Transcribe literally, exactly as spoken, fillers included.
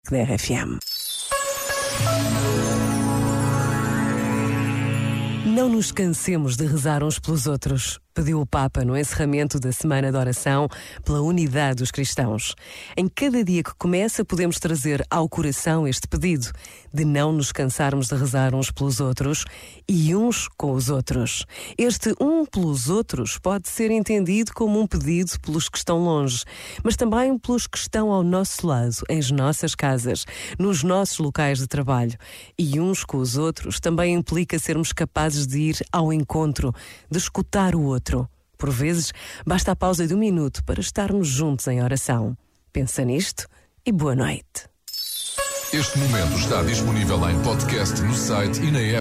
da R F M. Não nos cansemos de rezar uns pelos outros, pediu o Papa no encerramento da Semana de Oração pela unidade dos cristãos. Em cada dia que começa, podemos trazer ao coração este pedido de não nos cansarmos de rezar uns pelos outros e uns com os outros. Este um pelos outros pode ser entendido como um pedido pelos que estão longe, mas também pelos que estão ao nosso lado, em nossas casas, nos nossos locais de trabalho. E uns com os outros também implica sermos capazes de ir ao encontro, de escutar o outro. Por vezes, basta a pausa de um minuto para estarmos juntos em oração. Pensa nisto e boa noite. Este momento está disponível em podcast no site e na app.